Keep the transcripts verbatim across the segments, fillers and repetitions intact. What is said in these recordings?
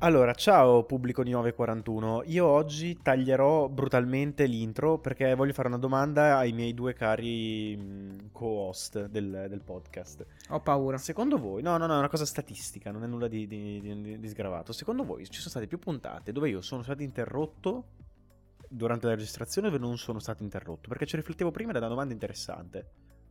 Allora, ciao pubblico di nove quarantuno. Io oggi taglierò brutalmente l'intro perché voglio fare una domanda ai miei due cari mh, co-host del, del podcast. Ho paura. Secondo voi, no, no, no, è una cosa statistica, non è nulla di, di- di- di sgravato. Secondo voi ci sono state più puntate dove io sono stato interrotto durante la registrazione o dove non sono stato interrotto? Perché ci riflettevo prima ed è una domanda interessante.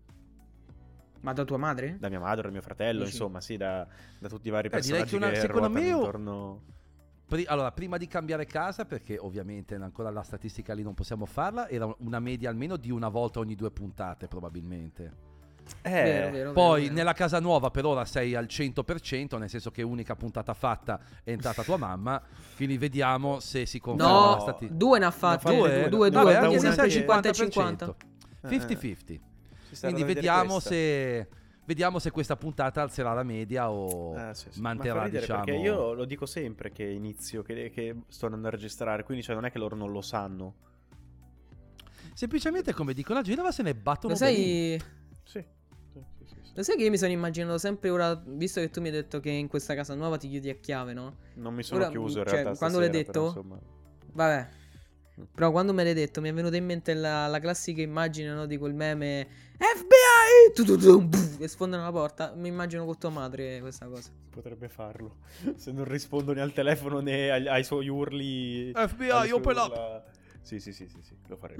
Ma da tua madre? Da mia madre, da mio fratello, Dici? insomma, sì, da, da tutti i vari Eh, direi personaggi che una- che secondo ruotano me io- intorno. Pri- allora, prima di cambiare casa, perché ovviamente ancora la statistica lì non possiamo farla, era una media almeno di una volta ogni due puntate probabilmente. Eh, Vero, vero, Poi vero, vero. nella casa nuova per ora sei al cento per cento, nel senso che unica puntata fatta è entrata tua mamma, quindi vediamo se si conferma la No, statistica. due ne ha fatte. Ne ha Due, fatte due, due. due, Vabbè, perché una sempre che- cinquanta e cinquanta. cinquanta cinquanta. Ci sarà Quindi da vedere vediamo questa. se vediamo se questa puntata alzerà la media o Eh, sì, sì. manterrà, Ma fa ridere diciamo. perché io lo dico sempre che inizio, che, che sto andando a registrare, quindi cioè non è che loro non lo sanno. Semplicemente come dicono a Genova se ne battono Lo benissimo. sai, Sì. Sì, sì, sì, sì. lo sai che io mi sono immaginato sempre ora, visto che tu mi hai detto che in questa casa nuova ti chiudi a chiave, no? Non mi sono Ora, chiuso in cioè, realtà quando l'hai stasera, però, detto? insomma. Vabbè. Però quando me l'hai detto mi è venuta in mente la, la classica immagine, no, di quel meme F B I! Tu, tu, tu, buff, e sfondano la porta. Mi immagino con tua madre questa cosa. Potrebbe farlo. Se non rispondo né al telefono né ai, ai suoi urli. F B I, alle sue open up! urla- Sì, sì, sì, sì, sì, lo farebbe.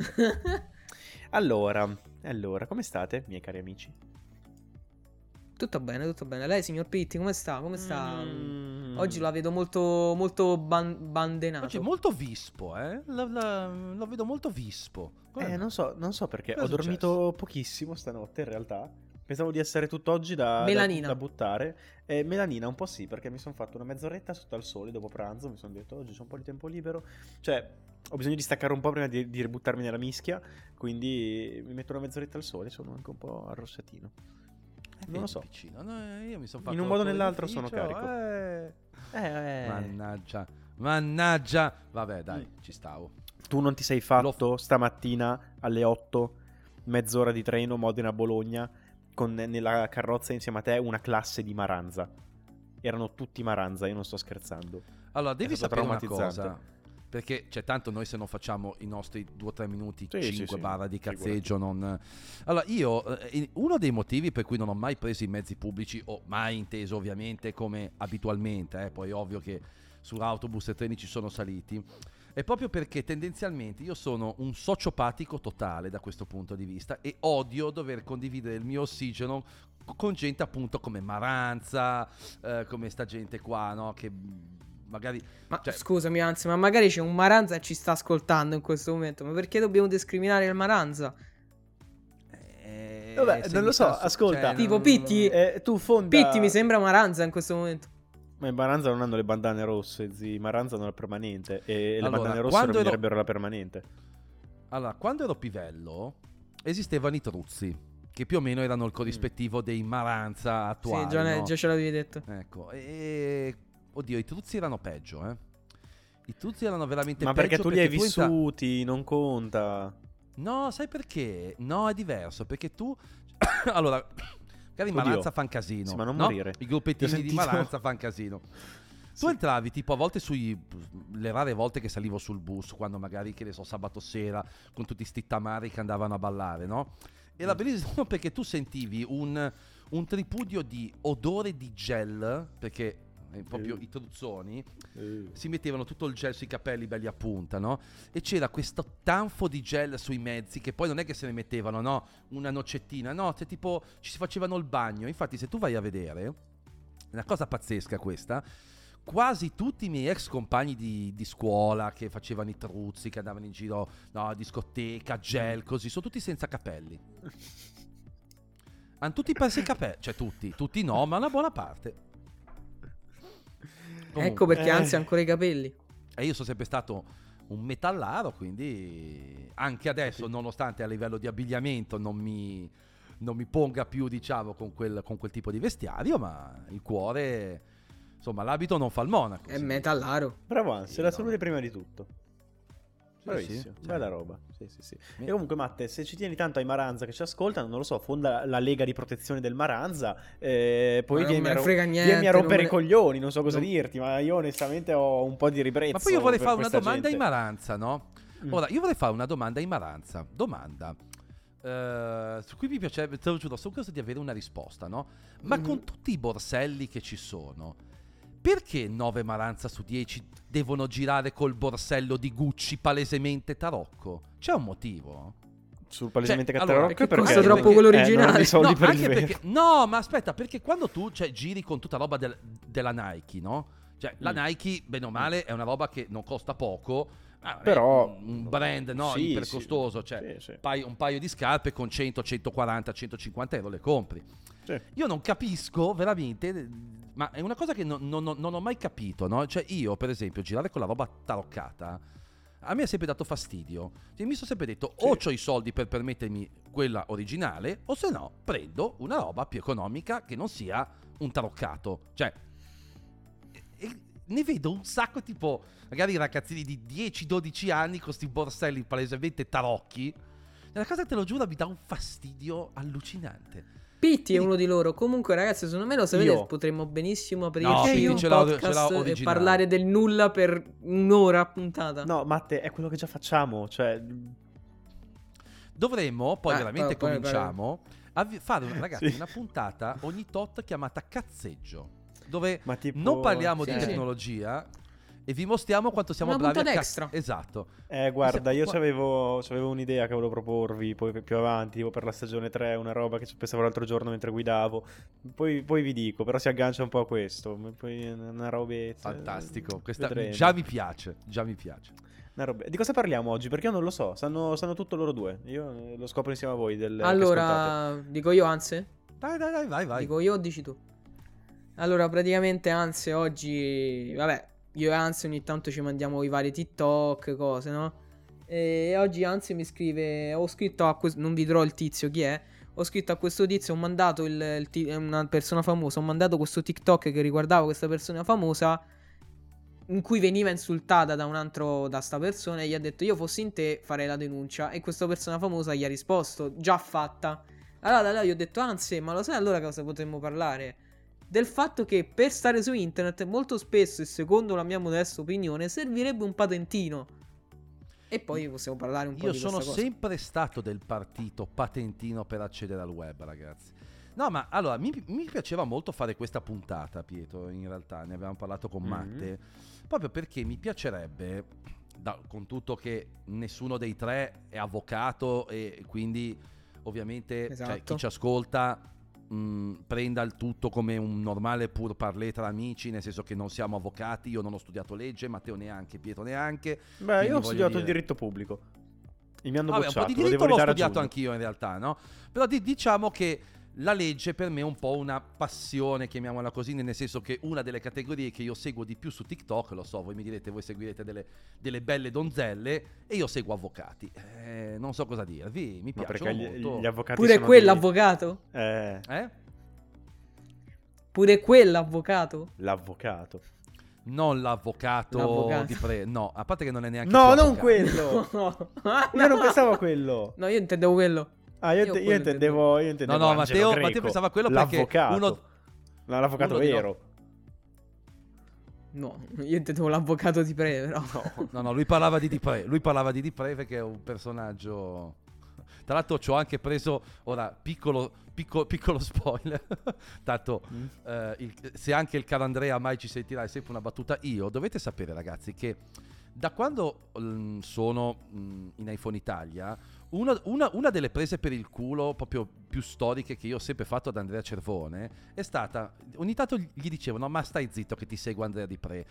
Allora, allora, come state, miei cari amici? Tutto bene, tutto bene. Lei, signor Pitti, come sta? Come sta? Mm. Oggi la vedo molto, molto ban- bandenato. Oggi è molto vispo, eh? La- la- lo vedo molto vispo. Come Eh, mai? non so, non so perché. Cosa Ho è dormito pochissimo stanotte, in realtà. Pensavo di essere tutt'oggi da, da, Melanina. da buttare. E melanina un po' sì, perché mi sono fatto una mezz'oretta sotto al sole dopo pranzo. Mi sono detto, oggi c'è un po' di tempo libero. Cioè, ho bisogno di staccare un po' prima di, di ributtarmi nella mischia. Quindi mi metto una mezz'oretta al sole, sono anche un po' arrossatino. Eh, Non lo vedi, so. piccino, no, io mi sono fatto In un modo o il nell'altro sono ufficio, carico. eh. Eh, eh. Mannaggia, mannaggia. Vabbè, dai, Mm. ci stavo. Tu non ti sei fatto stamattina alle otto, mezz'ora di treno Modena-Bologna, con nella carrozza insieme a te una classe di Maranza. Erano tutti Maranza, io non sto scherzando. Allora, devi stato sapere una traumatizzante. cosa. Perché c'è tanto noi se non facciamo i nostri due o tre minuti, Sì, sì, cinque sì, barra di figurati. cazzeggio non... Allora io, eh, uno dei motivi per cui non ho mai preso i mezzi pubblici, o mai inteso ovviamente come abitualmente, eh, poi è ovvio che su autobus e treni ci sono saliti, è proprio perché tendenzialmente io sono un sociopatico totale da questo punto di vista e odio dover condividere il mio ossigeno con gente appunto come Maranza, eh, come sta gente qua, no? Che magari... Ma cioè- scusami, anzi, ma magari c'è un Maranza e ci sta ascoltando in questo momento. Ma perché dobbiamo discriminare il Maranza? Eh, Vabbè, se non mi lo so, sta- ascolta. cioè, Tipo non- Pitti? Eh, tu fonda... Pitti mi sembra Maranza in questo momento. Ma in Maranza non hanno le bandane rosse, zi. I Maranza hanno la permanente. E le Allora, bandane rosse quando ero- rovinerebbero la permanente. Allora, quando ero pivello esistevano i Truzzi, che più o meno erano il corrispettivo dei Maranza attuali. Sì, già, ne- no? già ce l'avevi detto. Ecco, e... Oddio, i Truzzi erano peggio, eh. I Truzzi erano veramente Ma peggio perché tu li hai tu entra- vissuti, non conta. No, sai perché? No, è diverso, perché tu... allora, magari Oddio. Maranza fan casino, Sì, ma non no? morire. I gruppettini Ti ho di sentito- Maranza fan casino. Tu Sì. entravi tipo a volte sui... le rare volte che salivo sul bus, quando magari, che ne so, sabato sera, con tutti sti tamari che andavano a ballare, no? Era Mm. bellissimo perché tu sentivi un, un tripudio di odore di gel, perché eh, proprio Mm. i truzzoni Eh. si mettevano tutto il gel sui capelli belli a punta, no? E c'era questo tanfo di gel sui mezzi che poi non è che se ne mettevano, no? Una noccettina, no? Cioè tipo ci si facevano il bagno. Infatti se tu vai a vedere, una cosa pazzesca questa, quasi tutti i miei ex compagni di, di scuola che facevano i truzzi, che andavano in giro, no, discoteca, gel, così, sono tutti senza capelli. Hanno tutti perso i capelli, cioè tutti, tutti no, ma una buona parte. Comunque, Ecco perché Eh. anzi ha ancora i capelli. E io sono sempre stato un metallaro, quindi anche adesso, nonostante a livello di abbigliamento non mi, non mi ponga più, diciamo, con quel, con quel tipo di vestiario, ma il cuore, insomma, l'abito non fa il monaco. È si metallaro. Bravo, Ans, Sì, la no. salute prima di tutto. Bravissimo, sì, bella cioè. roba. Sì, sì, sì. Mi- E comunque, Matte, se ci tieni tanto ai Maranza che ci ascoltano, non lo so, fonda la Lega di protezione del Maranza, eh, Ma poi non vieni me a, ne ro- frega vieni a niente, non rompere me i ne- coglioni, non so cosa non- dirti, ma io onestamente ho un po' di ribrezzo. Ma poi io vorrei per fare una questa domanda ai gente. Maranza, no? Mm. Ora, io vorrei fare una domanda ai Maranza. Domanda. eh, su cui mi piacerebbe, te lo giuro, sono curioso di avere una risposta, no? Ma Mhm. con tutti i borselli che ci sono, perché nove Maranza su dieci devono girare col borsello di Gucci palesemente tarocco? C'è un motivo? Sul palesemente Cioè, Cattarocco allora, perché costa troppo perché- quello eh, non originale. hanno i soldi no, per il anche vero. perché, no, ma aspetta, perché quando tu cioè, giri con tutta roba del- della Nike, no? Cioè, la Mm. Nike, bene o male, è una roba che non costa poco, ma Però è un brand, no? sì, iper sì. costoso, cioè Sì, sì. un paio- un paio di scarpe con cento, centoquaranta, centocinquanta euro le compri. Sì. Io non capisco veramente, ma è una cosa che non, non- non ho mai capito, no? Cioè io, per esempio, girare con la roba taroccata a me ha sempre dato fastidio. Cioè, mi sono sempre detto Sì. o ho i soldi per permettermi quella originale o se no prendo una roba più economica che non sia un taroccato. Cioè, e- e ne vedo un sacco tipo magari ragazzini di dieci dodici anni con sti borselli palesemente tarocchi. E la cosa, te lo giuro, mi dà un fastidio allucinante. Pitti è uno di loro. Comunque, ragazzi, secondo me lo sapete, Io. potremmo benissimo No, aprirci Pitti un ce l'ha- podcast ce l'ha e originale. parlare del nulla per un'ora a puntata. No, Matte, è quello che già facciamo, cioè Dovremmo, poi Ah, veramente poi- poi- cominciamo a vi- fare, ragazzi, Sì. una puntata ogni tot chiamata cazzeggio, dove ma tipo non parliamo sì, di sì. tecnologia e vi mostriamo quanto siamo Una bravi a puntata cazz- extra. Esatto. Eh, guarda, io Qua- c'avevo, c'avevo un'idea che volevo proporvi poi più avanti, tipo per la stagione tre, una roba che ci pensavo l'altro giorno mentre guidavo. Poi, poi vi dico, però si aggancia un po' a questo. Poi una robetta. Fantastico. Questa vedremo. già mi piace, già mi piace. Una robe- Di cosa parliamo oggi? Perché io non lo so, sanno, sanno tutto loro due. Io eh, lo scopro insieme a voi. Del, che ascoltate. Allora, dico io, Anze? Dai, dai, dai, vai, vai. Dico io o dici tu? Allora, praticamente Anze oggi, vabbè, io e Anze ogni tanto ci mandiamo i vari TikTok, cose, no? E oggi Anze mi scrive, ho scritto a questo, non vi dirò il tizio chi è, ho scritto a questo tizio, ho mandato il, il ti- è una persona famosa, ho mandato questo TikTok che riguardava questa persona famosa in cui veniva insultata da un altro, da sta persona, e gli ha detto io fossi in te farei la denuncia, e questa persona famosa gli ha risposto già fatta. Allora da là gli ho detto anzi, ma lo sai allora cosa potremmo parlare? Del fatto che per stare su internet molto spesso, e secondo la mia modesta opinione, servirebbe un patentino. E poi possiamo parlare un po' Io di sono questa cosa. sempre stato del partito patentino per accedere al web, ragazzi. No, ma allora mi, mi piaceva molto fare questa puntata, Pietro. In realtà ne avevamo parlato con Mhm. Matte, proprio perché mi piacerebbe, da- con tutto che nessuno dei tre è avvocato e quindi ovviamente cioè, Esatto. chi ci ascolta mh, prenda il tutto come un normale pur parler tra amici, nel senso che non siamo avvocati. Io non ho studiato legge, Matteo neanche, Pietro neanche. Beh, quindi io ho voglio studiato dire- il diritto pubblico. E mi hanno Vabbè, un bocciato. po' di lo diritto devo l'ho ridare a studiato Giulio. anch'io in realtà, no? Però di- diciamo che la legge per me è un po' una passione, chiamiamola così, nel senso che una delle categorie che io seguo di più su TikTok, lo so, voi mi direte, voi seguirete delle, delle belle donzelle e io seguo avvocati. Eh, non so cosa dirvi, mi Ma piacciono perché gli, molto. gli avvocati Pure sono quell'avvocato? dei- Eh, Eh? Pure quell'avvocato? l'avvocato. Non l'avvocato, L'avvocato. di pre... No, a parte che non è neanche No, più non avvocato. quello. No. Io non pensavo a quello. No, io intendevo quello. Ah, io, Io te- io quello intendevo, io No, intendevo no, Angelo Matteo, Greco, Matteo pensava a quello perché l'avvocato. uno... No, l'avvocato uno di vero. No, io intendevo l'avvocato di Pre, però. No. No, no, lui parlava di Dipre, lui parlava di Dipre perché è un personaggio... Tra l'altro ci ho anche preso, ora, piccolo, piccolo, piccolo spoiler, tanto Mm. eh, il- se anche il caro Andrea mai ci sentirà, è sempre una battuta. Io, dovete sapere ragazzi che da quando mm, sono mm, in iPhone Italia, una, una- una delle prese per il culo proprio più storiche che io ho sempre fatto ad Andrea Cervone è stata, ogni tanto gli dicevano ma stai zitto che ti seguo Andrea Di Pre.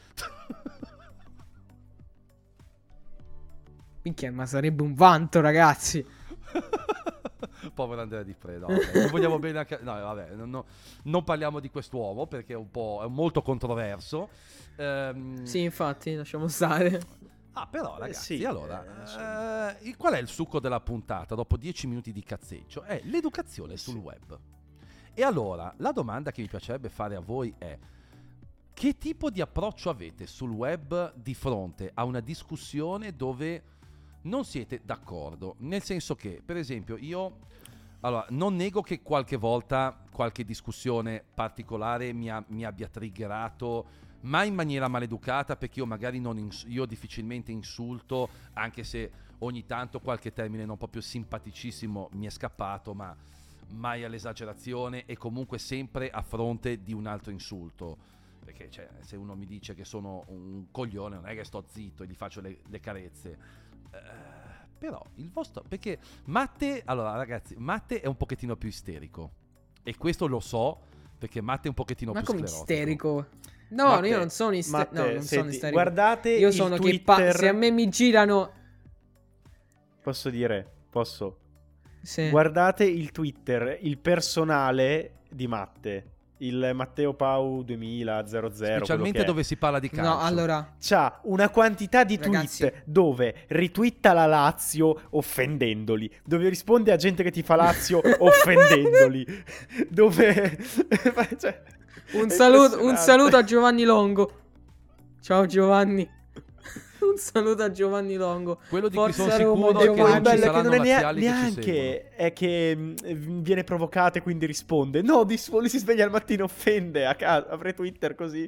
Minchia, ma sarebbe un vanto, ragazzi. Povero Andrea Di Pre, no, vabbè, non vogliamo bene anche... No, vabbè, non, no- non parliamo di quest'uomo perché è un po' è molto controverso. Ehm, Sì, infatti, lasciamo stare. Ah, però, Eh, ragazzi, sì, allora, eh, insomma. eh, il- qual è il succo della puntata dopo dieci minuti di cazzeggio? È l'educazione sul Sì. web. E allora, la domanda che mi piacerebbe fare a voi è: che tipo di approccio avete sul web di fronte a una discussione dove non siete d'accordo, nel senso che, per esempio, io allora non nego che qualche volta qualche discussione particolare mi, ha, mi abbia triggerato, ma in maniera maleducata, perché io magari non ins- io difficilmente insulto, anche se ogni tanto qualche termine non proprio simpaticissimo mi è scappato, ma mai all'esagerazione e comunque sempre a fronte di un altro insulto. Perché cioè, se uno mi dice che sono un coglione, non è che sto zitto e gli faccio le, le carezze. Eh, però il vostro, perché Matte, allora ragazzi, Matte è un pochettino più isterico e questo lo so perché Matte è un pochettino Ma più come sclerotico. isterico? No, Matte, io non sono isterico. Matte, No, non senti, sono isterico. guardate Io il sono che Twitter. pa- se a me mi girano. Posso dire? Posso? Sì. Guardate il Twitter, il personale di Matte. Il Matteo Pau duemila zero zero, Specialmente dove si parla di calcio. No, allora. c'ha una quantità di Ragazzi. tweet dove ritwitta la Lazio offendendoli, dove risponde a gente che ti fa Lazio offendendoli, dove cioè, Un è saluto, un impressionante. saluto a Giovanni Longo. Ciao Giovanni. Un saluto a Giovanni Longo. Quello di cui Forza sono Roma, sicuro E è Giovanni. che poi il non ci bello è che saranno non è nea- laziali che ci neanche è che mh, viene provocata e quindi risponde. No, di solo si sveglia al mattino, offende a caso, apre Twitter così.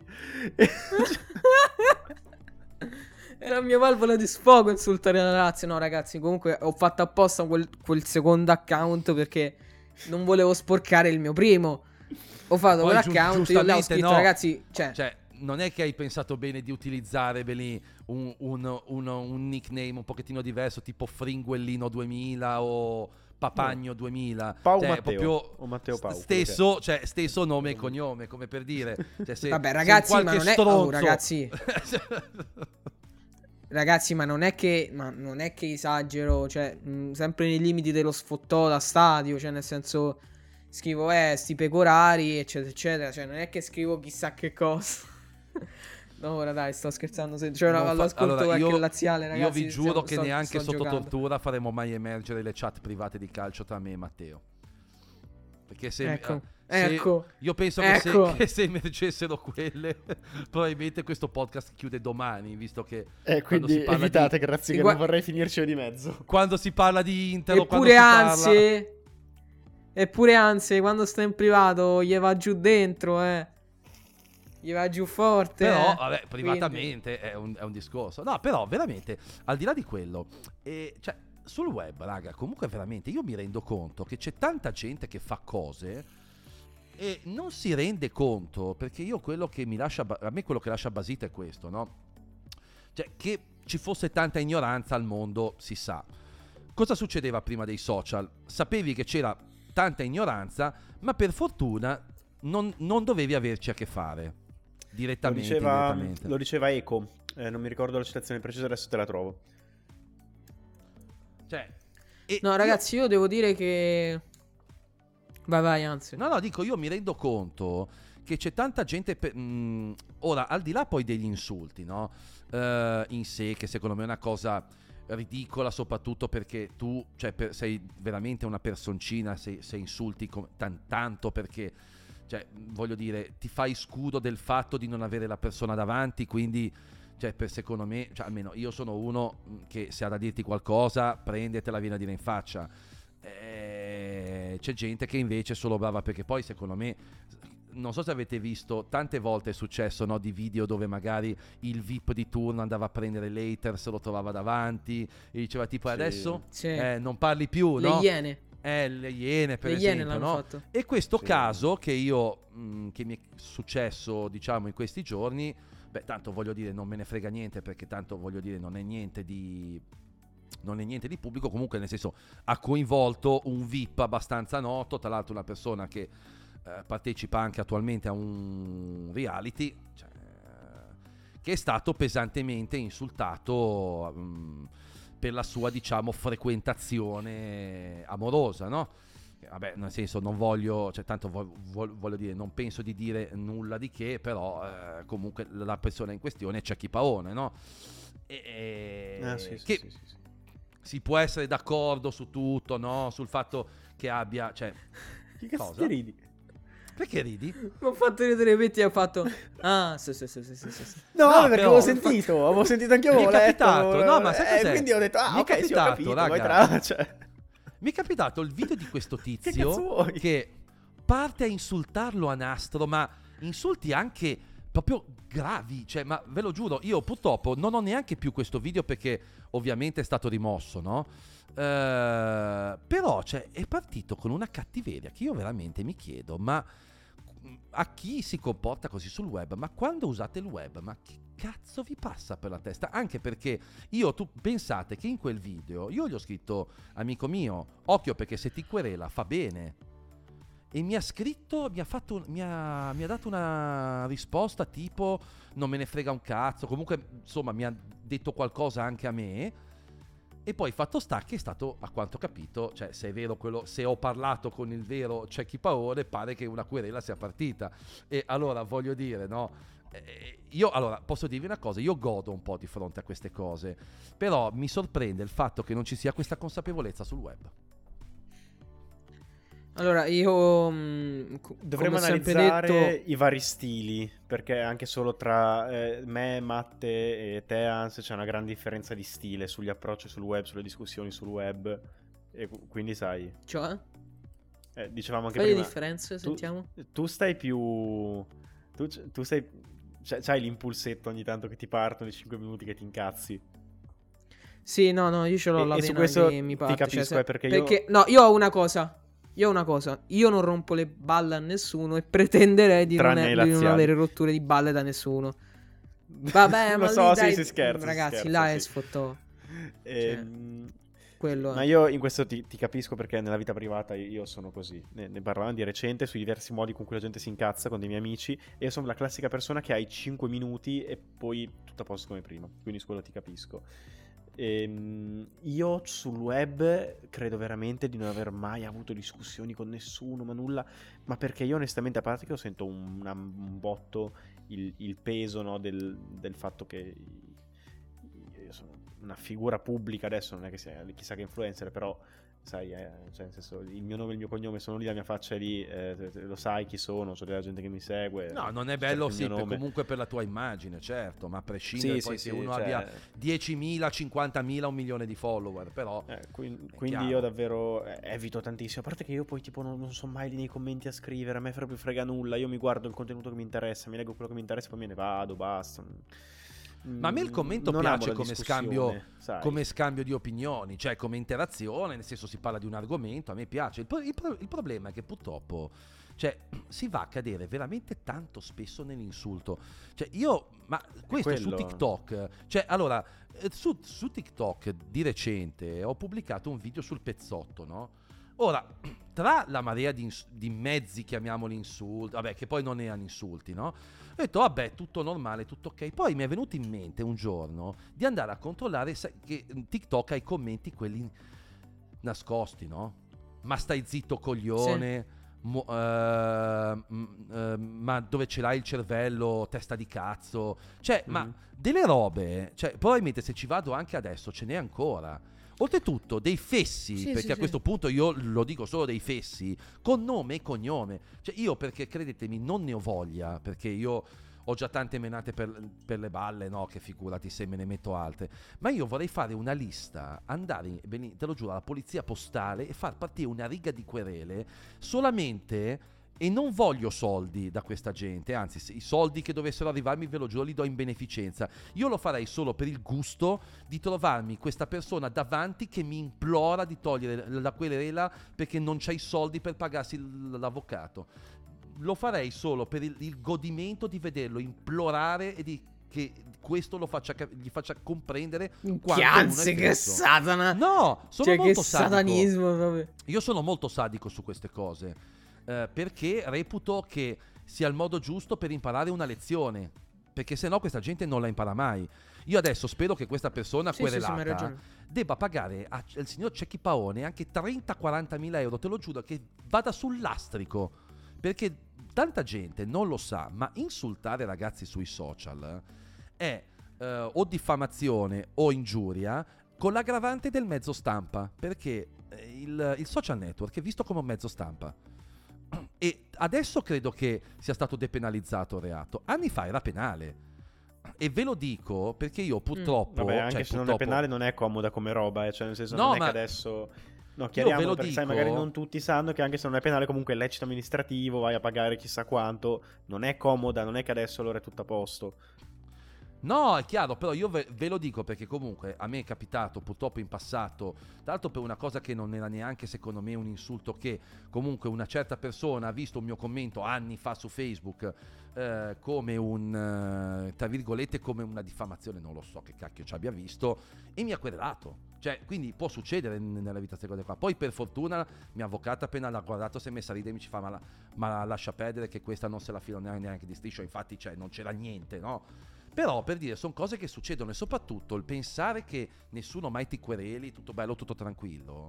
È la mia valvola di sfogo insultare la Lazio. No, ragazzi, comunque ho fatto apposta quel, quel secondo account perché non volevo sporcare il mio primo. Ho fatto Poi quell'account, giu- io là ho giustamente scritto, no. ragazzi, cioè, Cioè, non è che hai pensato bene di utilizzare Belì, un, un, un, un nickname un pochettino diverso, tipo Fringuellino duemila o Papagno duemila. Pau Cioè, Matteo, proprio o Matteo Pau, stesso, cioè, stesso nome e cognome, come per dire. Cioè, se, vabbè, se ragazzi, un ma qualche non è... Oh, stronzo- ragazzi, ragazzi, ma non è che, ma non è che esagero, cioè, mh, sempre nei limiti dello sfottò da stadio, cioè, nel senso, scrivo, eh, sti pecorari, eccetera, eccetera, cioè, non è che scrivo chissà che cosa. No, ora dai, sto scherzando, se... cioè, Non fa- all'ascolto allora, qualche io, laziale, ragazzi. io vi giuro stiamo- che sto- neanche sto sotto giocando. tortura faremo mai emergere le chat private di calcio tra me e Matteo. Perché se, Ecco, se- ecco, io penso che, ecco. se, che se emergessero quelle, probabilmente questo podcast chiude domani, visto che Eh, quando quindi si parla evitate, di, grazie, E che gua- non vorrei finirci io di mezzo. quando si parla di Inter o quando Eppure si parla... ansie, eppure ansie, quando sta in privato gli va giù dentro, eh. Gli va giù forte. Però, eh. vabbè, privatamente è un, è un discorso. No, però, veramente, al di là di quello, eh, cioè, sul web, raga, comunque veramente io mi rendo conto che c'è tanta gente che fa cose e non si rende conto, perché io quello che mi lascia, ba- a me quello che lascia basito è questo, no? Cioè, che ci fosse tanta ignoranza al mondo, si sa. Cosa succedeva prima dei social? Sapevi che c'era tanta ignoranza, ma per fortuna non, non dovevi averci a che fare. Lo Direttamente, diceva, indirettamente. lo diceva Eco, eh, non mi ricordo la citazione precisa, adesso te la trovo. Cioè, e No, io- ragazzi, io devo dire che... Vai, vai, anzi. No, no, dico, io mi rendo conto che c'è tanta gente... pe- mh, ora, al di là poi degli insulti, no? Eh, in sé, che secondo me è una cosa ridicola, soprattutto perché tu, cioè, per- sei veramente una personcina se, se insulti com- tan- tanto perché, cioè, voglio dire, ti fai scudo del fatto di non avere la persona davanti, quindi... Cioè, per secondo me, cioè, almeno io sono uno mh, che se ha da dirti qualcosa, prende e te la viene a dire in faccia. Eh, c'è gente che invece è solo brava perché poi, secondo me, non so se avete visto, tante volte è successo, no, di video dove magari il V I P di turno andava a prendere l'hater, se lo trovava davanti e diceva tipo, Sì. adesso Sì. eh, non parli più, Le no? iene. Eh, le iene, per Le iene esempio, l'hanno no? fatto. E questo Sì. caso che io, mh, che mi è successo, diciamo, in questi giorni, beh, tanto voglio dire, non me ne frega niente, perché tanto voglio dire, non è niente di... non è niente di pubblico, comunque nel senso ha coinvolto un V I P abbastanza noto, tra l'altro una persona che eh, partecipa anche attualmente a un reality, cioè, che è stato pesantemente insultato mh, per la sua, diciamo, frequentazione amorosa, no? Vabbè, nel senso, non voglio, cioè, tanto vo- vo- voglio dire, non penso di dire nulla di che, però eh, comunque la persona in questione è Cecchi Paone, no? E, Ah, sì, sì, che sì, sì, sì. si può essere d'accordo su tutto, no? Sul fatto che abbia, cioè, Che cazzo cosa? ti ridi? Perché ridi? Mi ho fatto ridere Petti e ha fatto ah sì sì sì sì sì, sì, sì. No, No, perché però- avevo sentito, avevo sentito anche io, Mi è avevo letto, capitato, avevo- no, ma sai eh, cos'è? quindi ho detto, ah, Mi è ok, sì, ho capitato, capito, raga. poi tra... cioè... Mi è capitato il video di questo Che tizio cazzo vuoi? che parte a insultarlo a nastro, ma insulti anche proprio gravi, cioè, ma ve lo giuro, io purtroppo non ho neanche più questo video perché ovviamente è stato rimosso, no? Eh, però, cioè, è partito con una cattiveria che io veramente mi chiedo, ma a chi si comporta così sul web? Ma quando usate il web, ma che cazzo vi passa per la testa? Anche perché io, tu pensate che in quel video io gli ho scritto, amico mio, occhio perché se ti querela fa bene. E mi ha scritto, mi ha fatto, mi ha, mi ha dato una risposta tipo non me ne frega un cazzo, comunque insomma mi ha detto qualcosa anche a me. E poi fatto sta che è stato, a quanto ho capito, cioè se è vero quello, se ho parlato con il vero Cecchi Paone, pare che una querela sia partita. E allora voglio dire, no, eh, io allora posso dirvi una cosa, io godo un po' di fronte a queste cose, però mi sorprende il fatto che non ci sia questa consapevolezza sul web. Allora, io mh, co- Dovremmo come ho sempre analizzare detto, i vari stili, perché anche solo tra eh, me, Matte e te, Hans, c'è una gran differenza di stile sugli approcci sul web, sulle discussioni sul web, e qu- quindi sai, cioè, eh, dicevamo anche fai le prima, differenze, tu, sentiamo. tu stai più... Tu, tu sei... c'hai c'hai l'impulsetto ogni tanto che ti partono i cinque minuti che ti incazzi. Sì, no, no, io ce l'ho E- la e su vena questo che mi ti parte, cioè, capisco, se- eh, perché io- no, io ho una cosa. Io ho una cosa, io non rompo le balle a nessuno e pretenderei di, non, Tranne ai di non laziali. avere rotture di balle da nessuno. Vabbè, Lo ma so, lì, sì, dai, si scherza, si ragazzi, scherza, là sì. è sfottò. Ehm, quello ma è. io in questo ti, ti capisco perché nella vita privata io sono così. Ne, ne parlavamo di recente sui diversi modi con cui la gente si incazza con dei miei amici. E io sono la classica persona che ha i cinque minuti e poi tutto a posto come prima. Quindi su quello ti capisco. Ehm, io sul web credo veramente di non aver mai avuto discussioni con nessuno, ma nulla. Ma perché io onestamente, a parte che io sento un, una- un botto il, il peso, no, del, del fatto che io sono una figura pubblica adesso, non è che sia chissà che influencer, però sai, eh, cioè nel senso, il mio nome e il mio cognome sono lì, la mia faccia è lì, eh, lo sai chi sono, so della gente che mi segue. No, non è certo bello il sì, mio per- nome. comunque per la tua immagine, certo, ma a prescindere Sì, poi sì, che sì, uno cioè- abbia diecimila, cinquantamila, un milione di follower, però Eh, quin- è quindi chiaro. io davvero eh, evito tantissimo. A parte che io poi tipo non, non sono mai lì nei commenti a scrivere, a me proprio frega nulla. Io mi guardo il contenuto che mi interessa, mi leggo quello che mi interessa, poi me ne vado, basta. Ma a me il commento Non amo piace la come discussione, scambio, sai. come scambio di opinioni, cioè come interazione, nel senso si parla di un argomento, a me piace. Il, pro- il pro- il problema è che purtroppo cioè, si va a cadere veramente tanto spesso nell'insulto. Cioè io, ma questo su quello. TikTok, cioè allora, eh, su, su TikTok di recente ho pubblicato un video sul pezzotto, no? Ora, tra la marea di, ins- di mezzi, chiamiamoli insulti, vabbè, che poi non erano insulti, no? Ho detto, vabbè, tutto normale, tutto ok. Poi mi è venuto in mente un giorno di andare a controllare se- che TikTok ha i commenti quelli nascosti, no? Ma stai zitto, coglione. Mo- eh, mm, eh, ma dove ce l'hai il cervello, testa di cazzo. Cioè, ma Mhm. delle robe, cioè, probabilmente se ci vado anche adesso ce n'è ancora. Oltretutto dei fessi, Sì, perché sì, a sì. questo punto io lo dico solo dei fessi, con nome e cognome. Cioè io, perché credetemi, non ne ho voglia, perché io ho già tante menate per, per le balle, no? Che figurati se me ne metto altre. Ma io vorrei fare una lista, andare, in- veni- te lo giuro, alla polizia postale e far partire una riga di querele solamente... E non voglio soldi da questa gente, anzi se i soldi che dovessero arrivarmi ve lo giuro li do in beneficenza. Io lo farei solo per il gusto di trovarmi questa persona davanti che mi implora di togliere la querela perché non c'hai soldi per pagarsi l- l'avvocato. Lo farei solo per il, il godimento di vederlo implorare e di che questo lo faccia, cap- gli faccia comprendere quanto uno è Chianze, che stesso. satana. No, sono Cioè, che molto sadico. satanismo proprio. Io sono molto sadico su queste cose, eh, perché reputo che sia il modo giusto per imparare una lezione, perché sennò questa gente non la impara mai. Io adesso spero che questa persona Sì, sì, sì, ma hai querelata ragione. debba pagare a- al signor Cecchi Paone anche trenta quaranta mila euro, te lo giuro, che vada sul lastrico, perché tanta gente non lo sa, ma insultare ragazzi sui social è eh, o diffamazione o ingiuria con l'aggravante del mezzo stampa, perché eh, il, il social network è visto come un mezzo stampa. E adesso credo che sia stato depenalizzato il reato. Anni fa era penale. E ve lo dico perché io purtroppo... Vabbè, anche cioè, se non purtroppo... è penale non è comoda come roba, eh. Cioè nel senso No, non è ma- che adesso... No, Io chiariamo, ve lo perché sai, dico- magari non tutti sanno che anche se non è penale comunque è lecito amministrativo, vai a pagare chissà quanto, non è comoda, non è che adesso allora è tutto a posto. No, è chiaro, però io ve, ve lo dico perché comunque a me è capitato purtroppo in passato, tra l'altro per una cosa che non era neanche secondo me un insulto, che comunque una certa persona ha visto un mio commento anni fa su Facebook eh, come un, eh, tra virgolette, come una diffamazione, non lo so che cacchio ci abbia visto, e mi ha querelato. Cioè, quindi può succedere n- nella vita queste cose qua. Poi per fortuna mia avvocata appena l'ha guardato si è messa a ridere e mi ci fa ma, la, ma lascia perdere che questa non se la fila neanche di striscio, infatti cioè, non c'era niente, no? Però per dire, sono cose che succedono e soprattutto il pensare che nessuno mai ti quereli, tutto bello, tutto tranquillo.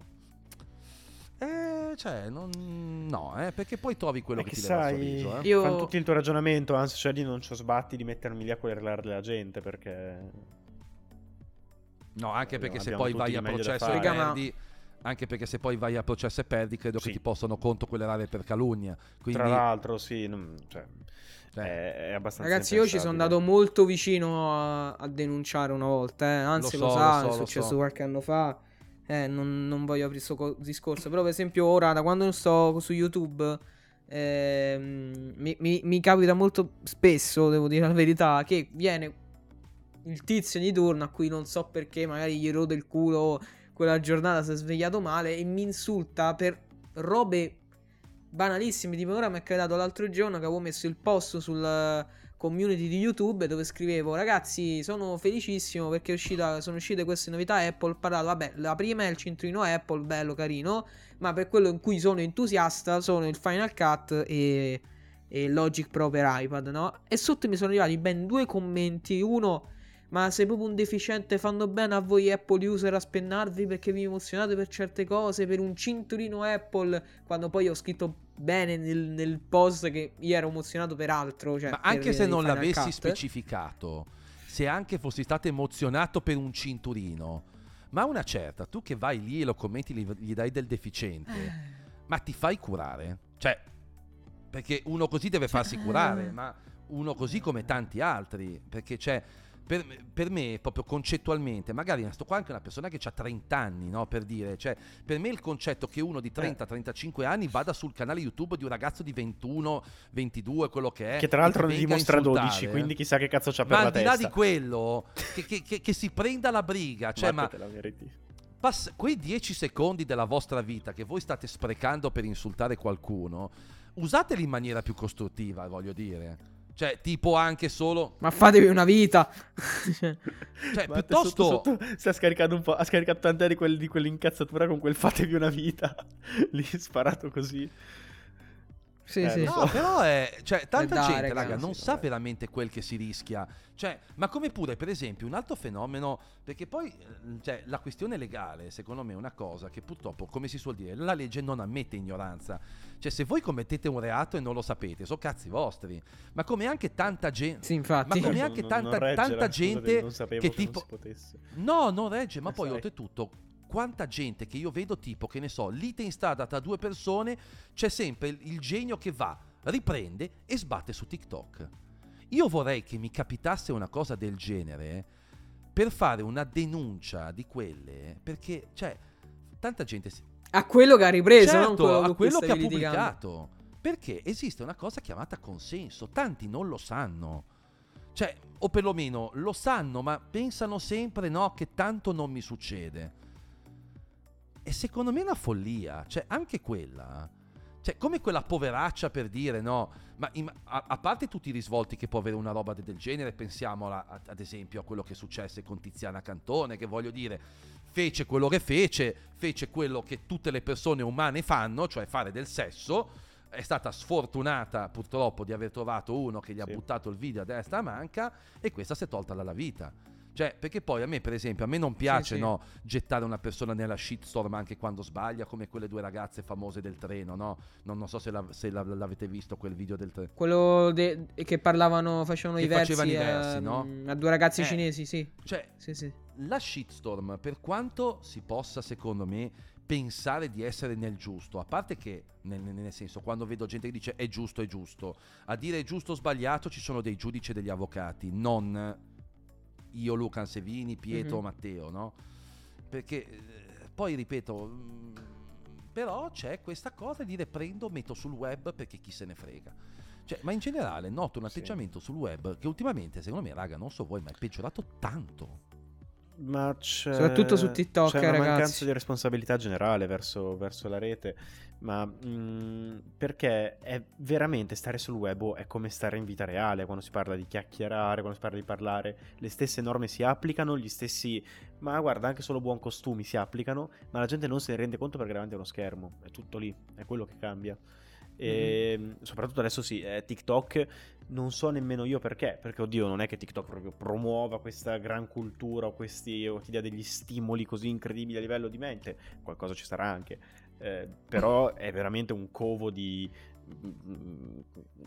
Eh, cioè, non, no, eh, perché poi trovi quello È che, che ti leva il sai, sorriso. Eh. Io- fanno tutti il tuo ragionamento, anzi cioè di non ci sbatti di mettermi lì a querelare la gente perché... No, anche perché se abbiamo poi tutti vai di a meglio da processo e fare. Raga, ma- perdi, anche perché se poi vai a processo e perdi, credo Sì. che ti possano controquerelare per calunnia. Quindi, Tra l'altro sì, non- cioè, cioè, è, è abbastanza Ragazzi, io ci sono impensabile. andato molto vicino a, a denunciare una volta, eh. Anzi Lo lo, so, sa, lo so, è lo successo so. qualche anno fa. Eh, non, non voglio aprire questo discorso. Però per esempio ora, da quando sto su YouTube, ehm, mi, mi- mi capita molto spesso, devo dire la verità, che viene il tizio di turno a cui non so perché magari gli rode il culo quella giornata, si è svegliato male e mi insulta per robe banalissime. Tipo ora mi è capitato l'altro giorno che avevo messo il post sul community di YouTube dove scrivevo: ragazzi, sono felicissimo perché è uscita, sono uscite queste novità Apple. Ho parlato, vabbè, la prima è il cinturino Apple, bello, carino, ma per quello in cui sono entusiasta sono il Final Cut e, e Logic Pro per iPad, no? E sotto mi sono arrivati ben due commenti. Uno: ma sei proprio un deficiente, fanno bene a voi Apple user a spennarvi perché vi emozionate per certe cose, per un cinturino Apple, quando poi ho scritto bene nel, nel post che io ero emozionato per altro, cioè ma per anche se il non Final l'avessi Cut. specificato, se anche fossi stato emozionato per un cinturino, ma una certa, tu che vai lì e lo commenti, gli, gli dai del deficiente, ma ti fai curare? Cioè, perché uno così deve farsi curare, ma uno così come tanti altri, perché c'è... Per, per me, proprio concettualmente, magari sto qua anche una persona che ha trenta anni, no? Per dire, cioè, per me il concetto che uno di trenta trentacinque anni vada sul canale YouTube di un ragazzo di ventuno ventidue, quello che è, Che tra l'altro e ne ti venga a dimostra insultare, dodici, quindi chissà che cazzo c'ha per ma la al di là testa. di quello, che, che- che- che si prenda la briga, cioè, Ma ma te la meriti. pass- quei dieci secondi della vostra vita che voi state sprecando per insultare qualcuno, usateli in maniera più costruttiva, voglio dire. Cioè, tipo anche solo... Ma fatevi una vita. Cioè, Ma piuttosto... sotto, sotto sta scaricando un po', ha scaricato tante di, quel, di quell'incazzatura con quel fatevi una vita lì sparato così. Sì, Eh, sì. lo so. No, però è... Cioè, tanta dai, gente, ragazzi, raga, non sì, sa vabbè. veramente quel che si rischia. Cioè, ma come pure, per esempio, un altro fenomeno... Perché poi, eh, cioè, la questione legale, secondo me, è una cosa che purtroppo, come si suol dire, la legge non ammette ignoranza. Cioè, se voi commettete un reato e non lo sapete, sono cazzi vostri. Ma come anche tanta gente... Sì, infatti. Ma come Non- anche non- tanta, non regge, tanta scusate, gente non sapevo che che tipo... non si potesse. No, non regge, ma Eh, poi sai. oltretutto, quanta gente che io vedo tipo, che ne so, lite in strada tra due persone, c'è sempre il, il genio che va, riprende e sbatte su TikTok. Io vorrei che mi capitasse una cosa del genere per fare una denuncia di quelle, perché, cioè, tanta gente... Si... A quello che ha ripreso, non Certo, quello a con cui quello che ha stavi litigando. pubblicato. Perché esiste una cosa chiamata consenso, tanti non lo sanno. Cioè, o perlomeno lo sanno, ma pensano sempre, no, che tanto non mi succede. E secondo me è una follia, cioè anche quella, cioè come quella poveraccia per dire, no, ma in- a-, a parte tutti i risvolti che può avere una roba de- del genere, pensiamo a- a- ad esempio a quello che successe con Tiziana Cantone, che voglio dire, fece quello che fece, fece quello che tutte le persone umane fanno, cioè fare del sesso. È stata sfortunata purtroppo di aver trovato uno che gli ha Sì. buttato il video a destra a manca, e questa si è tolta dalla vita. Cioè, perché poi a me, per esempio, a me non piace, sì. no, gettare una persona nella shitstorm anche quando sbaglia, come quelle due ragazze famose del treno, no? Non, non so se, la- se la- l'avete visto quel video del treno. Quello de- che parlavano, facevano Che i versi, facevano i versi, a, no? a due ragazzi Eh. cinesi, sì. Cioè, Sì, sì. la shitstorm, per quanto si possa secondo me pensare di essere nel giusto, a parte che nel, nel senso, quando vedo gente che dice è giusto è giusto, a dire è giusto o sbagliato ci sono dei giudici e degli avvocati, non io, Luca Ansevini, Pietro, Mhm. Matteo, no? Perché eh, poi ripeto, mh, però c'è questa cosa di dire prendo, metto sul web perché chi se ne frega. Cioè, ma in generale noto un Sì. atteggiamento sul web che ultimamente, secondo me, raga, non so voi, ma è peggiorato tanto. Ma c'è, Soprattutto su TikTok, c'è una ragazzi. mancanza di responsabilità generale verso, verso la rete, ma mh, perché è veramente stare sul web è come stare in vita reale, quando si parla di chiacchierare, quando si parla di parlare, le stesse norme si applicano, gli stessi, ma guarda, anche solo buon costumi si applicano, ma la gente non se ne rende conto perché davanti a uno schermo, è tutto lì, è quello che cambia. E soprattutto adesso sì, eh, TikTok non so nemmeno io perché, perché oddio non è che TikTok proprio promuova questa gran cultura o questi o ti dia degli stimoli così incredibili a livello di mente, qualcosa ci sarà anche, eh, però è veramente un covo di mm,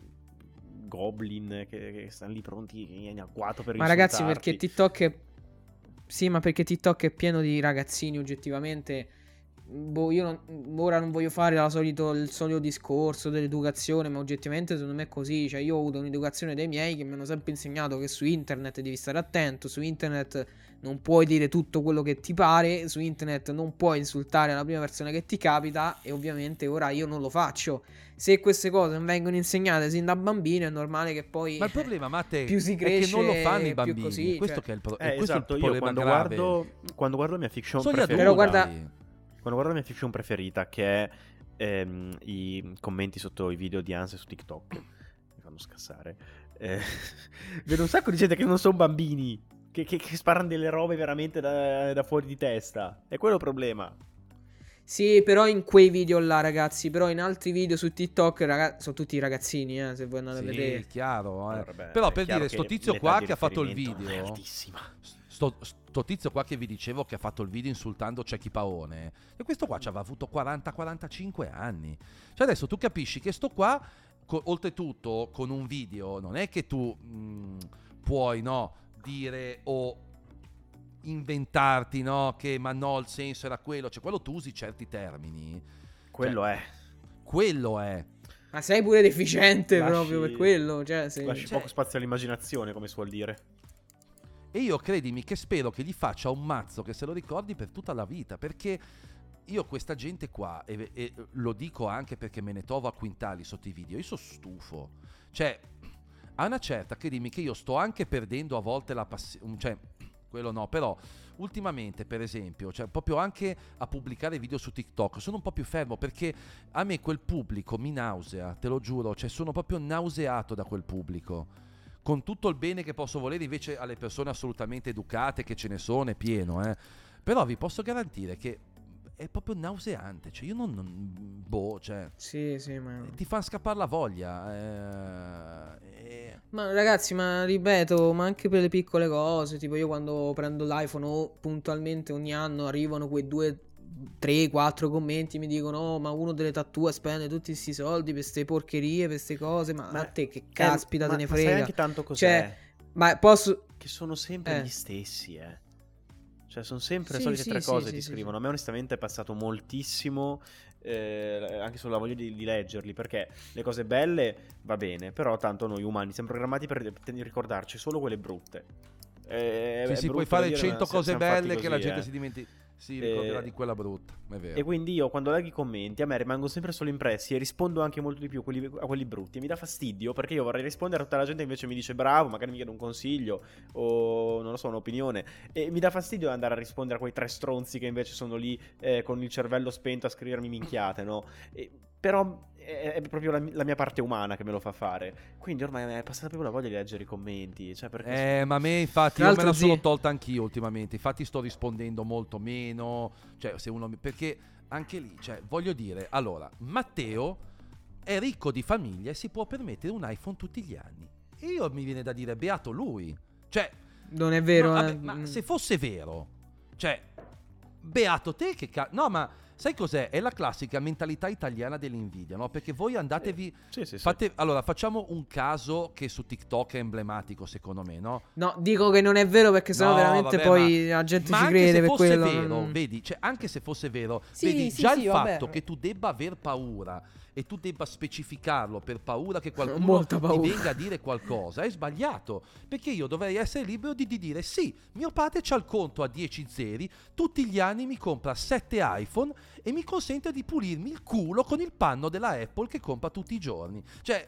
goblin che, che stanno lì pronti in agguato per Ma ragazzi, insultarti. perché TikTok è... Sì, ma perché TikTok è pieno di ragazzini oggettivamente. Boh, io non- ora non voglio fare la solito, il solito discorso dell'educazione, ma oggettivamente secondo me è così. Cioè, io ho avuto un'educazione dei miei che mi hanno sempre insegnato che su internet devi stare attento, su internet non puoi dire tutto quello che ti pare, su internet non puoi insultare la prima persona che ti capita, e ovviamente ora io non lo faccio. Se queste cose non vengono insegnate sin da bambino è normale che poi Ma il problema, Matte, più si è che cresce, non lo fanno i più bambini. così, questo cioè. che è il, pro- Eh, è questo esatto, il io problema quando grave. guardo, quando guardo la mia fiction Sono gli preferita, Però guarda- adulti. quando guardo la mia fiction preferita, che è ehm, i commenti sotto i video di Anse su TikTok, mi fanno scassare. Eh, vedo un sacco di gente che non sono bambini, che, che- che sparano delle robe veramente da, da fuori di testa. È quello il problema. Sì, però in quei video là, ragazzi. Però in altri video su TikTok, ragazzi, sono tutti ragazzini, eh, se voi andate a Sì, vedere. chiaro. eh. Allora, beh, Però è per chiaro dire, sto che tizio l'età qua di che ha fatto il riferimento non è video, altissima. sto, sto tizio qua che vi dicevo che ha fatto il video insultando Cecchi Paone, e questo qua ci aveva avuto quaranta quarantacinque anni. Cioè adesso tu capisci che sto qua, co- oltretutto con un video, non è che tu mh, puoi, no, dire o inventarti, no, che ma no, il senso era quello, cioè quello tu usi certi termini. Quello Cioè, è. Quello è. Ma sei pure deficiente Lasci- proprio per quello. Cioè, se... Lasci Cioè- poco spazio all'immaginazione, come si vuol dire. E io credimi che spero che gli faccia un mazzo che se lo ricordi per tutta la vita, perché io questa gente qua, e, e lo dico anche perché me ne trovo a quintali sotto i video, io sono stufo. Cioè, a una certa, credimi che io sto anche perdendo a volte la passione, cioè, quello no, però ultimamente per esempio, cioè proprio anche a pubblicare video su TikTok sono un po' più fermo, perché a me quel pubblico mi nausea, te lo giuro, cioè sono proprio nauseato da quel pubblico. Con tutto il bene che posso volere invece alle persone assolutamente educate, che ce ne sono, è pieno, eh. Però vi posso garantire che è proprio nauseante, cioè io non, non boh, cioè Sì, sì, ma... ti fa scappare la voglia. eh, e- Ma ragazzi, ma ripeto, ma anche per le piccole cose, tipo io quando prendo l'iPhone o puntualmente ogni anno arrivano quei due, tre, quattro commenti, mi dicono oh, ma uno delle tattoo spende tutti questi soldi per queste porcherie, per queste cose, ma, a te che caspita eh, te ma, ne ma sai frega. anche tanto cos'è? Cioè, ma posso... Che sono sempre Eh. gli stessi, eh. Cioè, sono sempre le Sì, solite sì, tre sì, cose sì, che ti sì, scrivono. sì. A me onestamente è passato moltissimo, eh, anche solo la voglia di, di leggerli, perché le cose belle va bene, però tanto noi umani siamo programmati per, per ricordarci solo quelle brutte. Eh, sì, è sì, brutto puoi da fare dire, cento ma si- cose siamo fatti belle che la così, gente eh. si dimentichi. Si ricorderà Eh, di quella brutta, è vero. E quindi io quando leggo i commenti a me rimangono sempre solo impressi e rispondo anche molto di più a quelli, a quelli brutti, e mi dà fastidio perché io vorrei rispondere a tutta la gente che invece mi dice bravo, magari mi chiede un consiglio o non lo so, un'opinione, e mi dà fastidio andare a rispondere a quei tre stronzi che invece sono lì eh, con il cervello spento a scrivermi minchiate, no? E, però è, è proprio la, la mia parte umana che me lo fa fare, quindi ormai è passata proprio la voglia di leggere i commenti, cioè perché Eh, ma a me infatti Tra io me l'altro, la sono zi- tolta anch'io ultimamente, infatti sto rispondendo molto meno, cioè se uno mi- perché anche lì, cioè voglio dire, allora, Matteo è ricco di famiglia e si può permettere un iPhone tutti gli anni. E io mi viene da dire beato lui. Cioè, Non è vero, ma, eh. vabbè, ma se fosse vero, cioè beato te che ca- no, ma sai cos'è? È la classica mentalità italiana dell'invidia, no? Perché voi andatevi... Sì, sì, sì. Fate, allora, facciamo un caso che su TikTok è emblematico, secondo me, no? No, dico che non è vero perché sennò No, veramente vabbè, poi ma- la gente ma ci anche crede se per fosse quello. vero, non- vedi, cioè anche se fosse vero, Sì, vedi sì, già sì, il vabbè. fatto che tu debba aver paura e tu debba specificarlo per paura che qualcuno Molta ti paura. venga a dire qualcosa, è sbagliato, perché io dovrei essere libero di, di dire sì, mio padre c'ha il conto a dieci zeri, tutti gli anni mi compra sette iPhone e mi consente di pulirmi il culo con il panno della Apple che compra tutti i giorni. Cioè,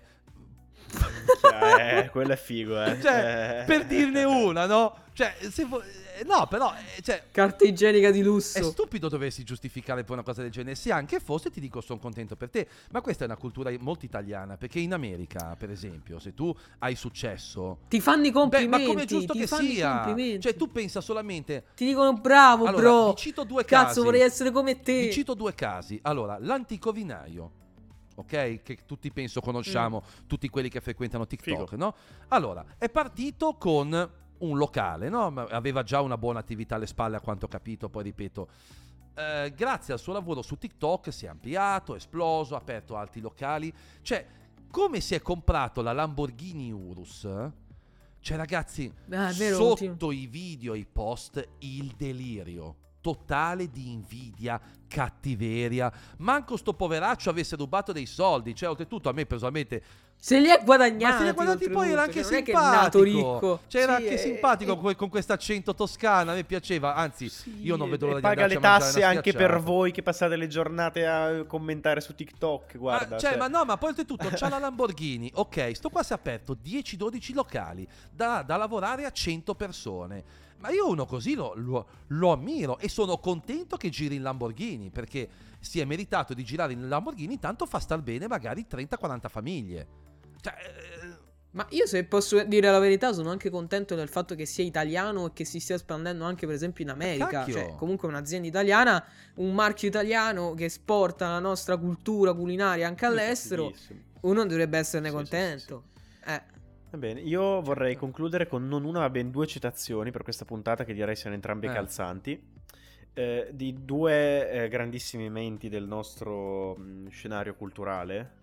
Cioè, eh, quello è figo, eh. cioè Eh. per dirne una, no? Cioè, se vo- eh, no, però, eh, cioè, Carta igienica di è lusso. stupido doversi giustificare per una cosa del genere. Se anche fosse, ti dico, sono contento per te. Ma questa è una cultura molto italiana. Perché in America, per esempio, se tu hai successo, Ti fanno i beh, complimenti. ma come è giusto ti che fanno i sia, complimenti. cioè, tu pensa solamente. Ti dicono bravo, Allora, bro. vi cito due Cazzo, casi. vorrei essere come te. Vi cito due casi. Allora, l'antico vinaio, ok? Che tutti penso conosciamo, tutti quelli che frequentano TikTok, Figo. no? Allora, è partito con un locale, no? Ma aveva già una buona attività alle spalle, a quanto ho capito, poi ripeto. Eh, grazie al suo lavoro su TikTok si è ampliato, è esploso, ha aperto altri locali. Cioè, come si è comprato la Lamborghini Urus? eh? Cioè, ragazzi, Ah, è vero, sotto ultimo. i video e i post, il delirio totale di invidia, cattiveria. Manco sto poveraccio avesse rubato dei soldi. Cioè, oltretutto, a me personalmente. Se li è guadagnati. Ma se li ha guadagnati poi era anche oltretutto, cioè, non è che è nato simpatico. ricco. Cioè, era Sì, anche è- simpatico è- con, con questo accento toscano. A me piaceva. Anzi, io non vedo l'ora E di paga andarci le a mangiare tasse una anche per schiacciata. voi che passate le giornate a commentare su TikTok, guarda. Ma, cioè, ma no, ma poi oltretutto c'ha la Lamborghini. Ok, sto qua si è aperto dieci dodici locali da, da lavorare a cento persone. Ma io uno così lo, lo- lo ammiro e sono contento che giri in Lamborghini, perché si è meritato di girare in Lamborghini, tanto fa star bene magari trenta quaranta famiglie. Cioè, eh, Ma io, se posso dire la verità, sono anche contento del fatto che sia italiano e che si stia espandendo anche, per esempio, in America. cacchio. Cioè, comunque è un'azienda italiana, un marchio italiano che esporta la nostra cultura culinaria anche all'estero. Fighissimo. Uno dovrebbe esserne Sì, sì, contento. Eh. Va bene, io vorrei concludere con non una ma ben due citazioni per questa puntata che direi siano entrambe Eh. calzanti, eh, di due eh, grandissimi menti del nostro mh, scenario culturale,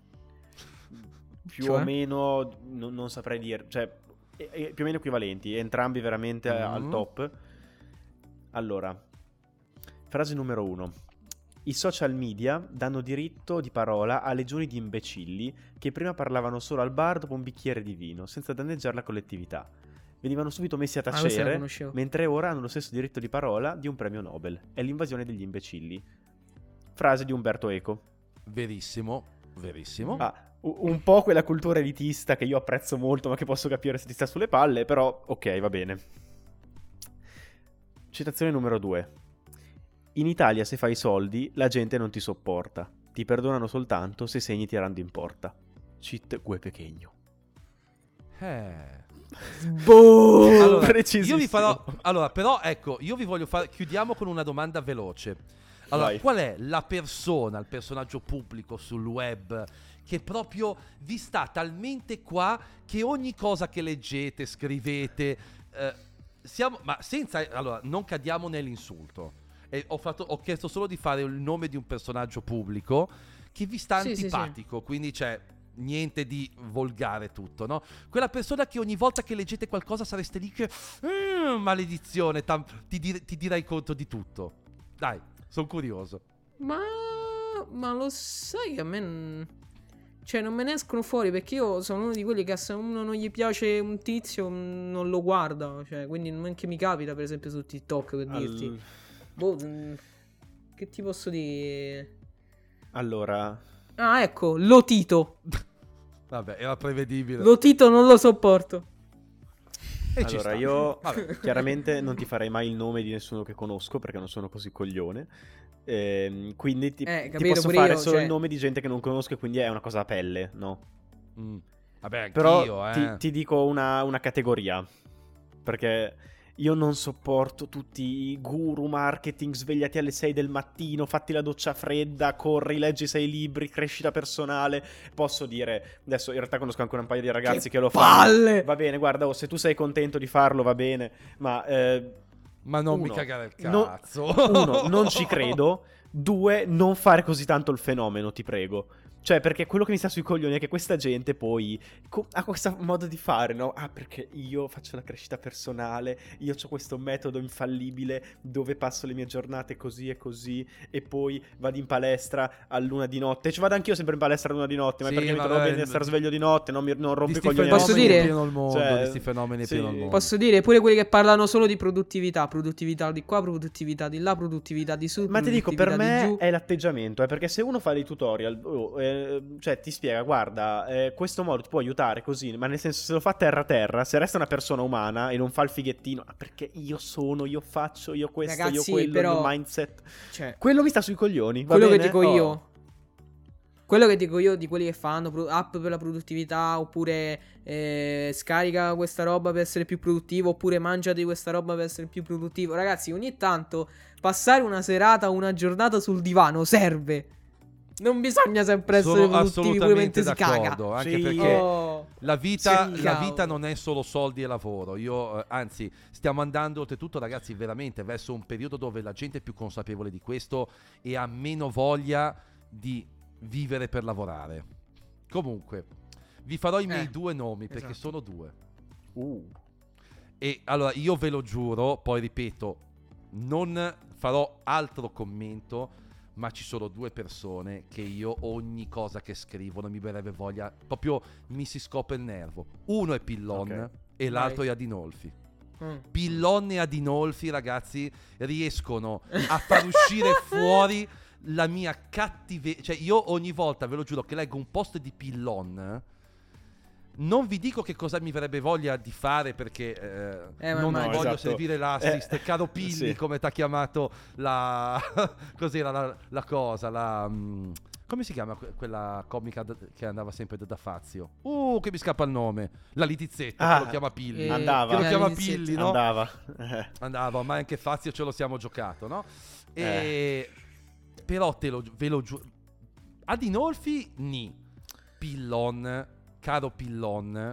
più Cioè? o meno, non, non saprei dire, cioè eh, eh, più o meno equivalenti, entrambi veramente Mm. al top. Allora, frase numero uno. I social media danno diritto di parola a legioni di imbecilli che prima parlavano solo al bar dopo un bicchiere di vino, senza danneggiare la collettività. Venivano subito messi a Ah, questa la tacere, conoscevo. mentre ora hanno lo stesso diritto di parola di un premio Nobel. È l'invasione degli imbecilli. Frase di Umberto Eco. verissimo, verissimo. Ah, u- un po' quella cultura elitista che io apprezzo molto, ma che posso capire se ti sta sulle palle, però ok, va bene. Citazione numero due. In Italia se fai soldi la gente non ti sopporta. Ti perdonano soltanto se segni tirando in porta. Cit gue pechegno. Eh. Boh. Allora, precisissimo. io vi farò. Allora, però, ecco, io vi voglio fare. Chiudiamo con una domanda veloce. Allora, Vai. qual è la persona, il personaggio pubblico sul web che proprio vi sta talmente qua che ogni cosa che leggete, scrivete, eh, siamo. Ma senza. Allora, non cadiamo nell'insulto. E ho, fatto, ho chiesto solo di fare il nome di un personaggio pubblico che vi sta Sì, sì, sì. antipatico, quindi c'è niente di volgare tutto, no? Quella persona che ogni volta che leggete qualcosa sareste lì che "Mm, maledizione, tam- ti, dire- ti dirai conto di tutto". Dai, sono curioso. Ma, ma lo sai che a me non... Cioè, non me ne escono fuori, perché io sono uno di quelli che se a uno non gli piace un tizio mm, non lo guarda. Cioè, quindi non che mi capita, per esempio, su TikTok, per dirti. Al- Boh, mm, che ti posso dire? Allora, Ah, ecco, Lotito. Vabbè, era prevedibile. Lotito non lo sopporto. E ci allora sta. io Vabbè. chiaramente non ti farei mai il nome di nessuno che conosco perché non sono così coglione. Ehm, quindi ti, Eh, ti capito, posso pure fare io, solo cioè- il nome di gente che non conosco e quindi è una cosa a pelle, no? Mm. Vabbè, Però anch'io, eh. ti, ti dico una, una categoria, perché io non sopporto tutti i guru marketing svegliati alle sei del mattino, fatti la doccia fredda, corri, leggi sei libri, crescita personale. Posso dire, adesso in realtà conosco ancora un paio di ragazzi che, Che lo palle! fanno. Va bene, guarda, oh, se tu sei contento di farlo va bene, ma... eh, Ma non Uno, mi cagare il no- cazzo. Uno, non ci credo. Due, non fare così tanto il fenomeno, ti prego. Cioè, perché quello che mi sta sui coglioni è che questa gente poi co- ha questo modo di fare, no? Ah, perché io faccio la crescita personale, io ho questo metodo infallibile dove passo le mie giornate così e così, e poi vado in palestra a luna di notte. Cioè, vado anch'io sempre in palestra a luna di notte, ma Sì, perché mi ma trovo bene vabbè, di stare sveglio di notte, non, mi, non rompo Di i sti coglioni. Posso fenomeni dire? è pieno il mondo, Cioè, di sti fenomeni è sì. pieno il mondo. Posso dire, pure quelli che parlano solo di produttività, produttività di qua, produttività di là, produttività di su, Ma ti dico, per produttività di me giù. è l'atteggiamento, eh, perché se uno fa dei tutorial, oh, eh, cioè ti spiega, guarda, eh, questo modo ti può aiutare così, ma nel senso se lo fa terra terra, se resta una persona umana e non fa il fighettino, ah, perché io sono, io faccio, io questo, Ragazzi, io quello, però- il mio mindset, Cioè, quello mi sta sui coglioni, va quello che bene? dico Oh. io, quello che dico io di quelli che fanno pro- app per la produttività, oppure eh, scarica questa roba per essere più produttivo, oppure mangiati questa roba per essere più produttivo. Ragazzi, ogni tanto passare una serata, una giornata sul divano serve. Non bisogna sempre essere Sono produttivi pure mentre assolutamente si caga. d'accordo, anche Sì. perché Oh. la vita, Sì, la cavolo. vita non è solo soldi e lavoro. Io, eh, anzi, stiamo andando oltretutto, ragazzi, veramente verso un periodo dove la gente è più consapevole di questo e ha meno voglia di vivere per lavorare. Comunque, vi farò i miei Eh, due nomi perché esatto. sono due. Uh. E allora io ve lo giuro, poi ripeto, non farò altro commento, ma ci sono due persone che io ogni cosa che scrivono mi verrebbe voglia, proprio mi si scopre il nervo. Uno è Pillon Ok. e l'altro Vai. è Adinolfi. Mm. Pillon e Adinolfi, ragazzi, riescono a far uscire fuori la mia cattiveria. Cioè io ogni volta, ve lo giuro, che leggo un post di Pillon, non vi dico che cosa mi verrebbe voglia di fare perché eh, Eh, ma non immagino. voglio Esatto. servire l'assist, Eh, caro Pilli, sì. come ti ha chiamato la... cos'era la, la cosa, la... mm, come si chiama que- quella comica d- che andava sempre da Fazio? Uh, che mi scappa il nome. La Litizzetta, Ah, che lo chiama Pilli. eh, Andava. Che lo la chiama Litizzetta. Pilli, no? Andava. Eh. Andava, ma anche Fazio ce lo siamo giocato, no? E... Però te lo, ve lo giuro. Adinolfi, ni. Pillon, caro Pillon,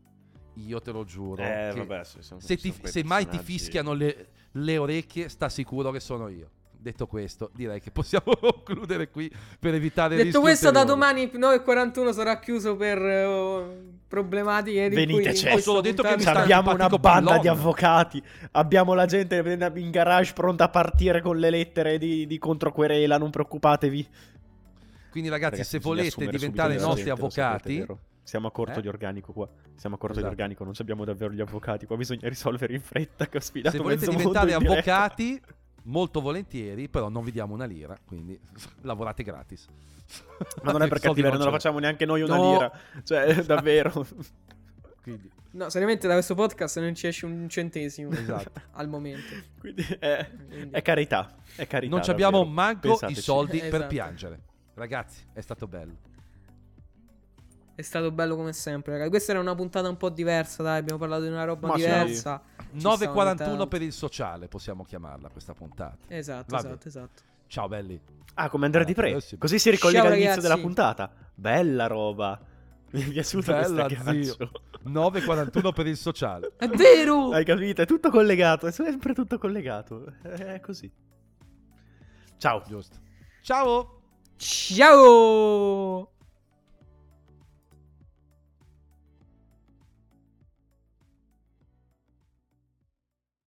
io te lo giuro. Eh, che vabbè, sì, sono- se, ti- sono quei se mai ti personaggi- fischiano le, le orecchie, sta sicuro che sono io. Detto questo, direi che possiamo concludere qui per evitare Detto rischi questo, da ulteriori. domani nove e quarantuno sarà chiuso per eh, problematiche di Veniteci. cui in Ho solo detto che mi questa sta Abbiamo una antipatico banda Pillon. di avvocati. Abbiamo la gente in garage pronta a partire con le lettere di, di controquerela. Non preoccupatevi. Quindi ragazzi, Ragazzi, se bisogna volete assumere diventare i subito nostri della gente, lo sapete, avvocati, vero? Siamo a corto Eh? di organico qua. Siamo a corto Esatto. di organico, non abbiamo davvero gli avvocati. Qua bisogna risolvere in fretta. Che ho sfidato se volete mezzo mondo diventare in diretta. avvocati, molto volentieri, però non vi diamo una lira, quindi lavorate gratis. Ma non è per Soldi cattiveria, non ce lo l'ho. facciamo neanche noi una No. lira. Cioè, davvero. Quindi, No, seriamente da questo podcast non ci esce un centesimo. Esatto. Al momento. Quindi è, Quindi- è carità. È carità. non ci abbiamo davvero. manco Pensateci. i soldi per Esatto. piangere. Ragazzi, è stato bello. È stato bello come sempre, ragazzi. Questa era una puntata un po' diversa, dai. Abbiamo parlato di una roba Ma sì. diversa. Ci nove e sta quarantuno ogni tanto. per il sociale, possiamo chiamarla questa puntata. Esatto, Vabbè. esatto, esatto. Ciao belli. Ah, come Andrea Alla Di Pre. prossima. Così si ricollega Ciao, all'inizio ragazzi. della puntata. Bella roba. Mi è piaciuto Bella, questo zio. gancio. nove e quarantuno per il sociale. È vero! Hai capito? È tutto collegato. È sempre tutto collegato. È così. Ciao. Giusto. Ciao. Ciao!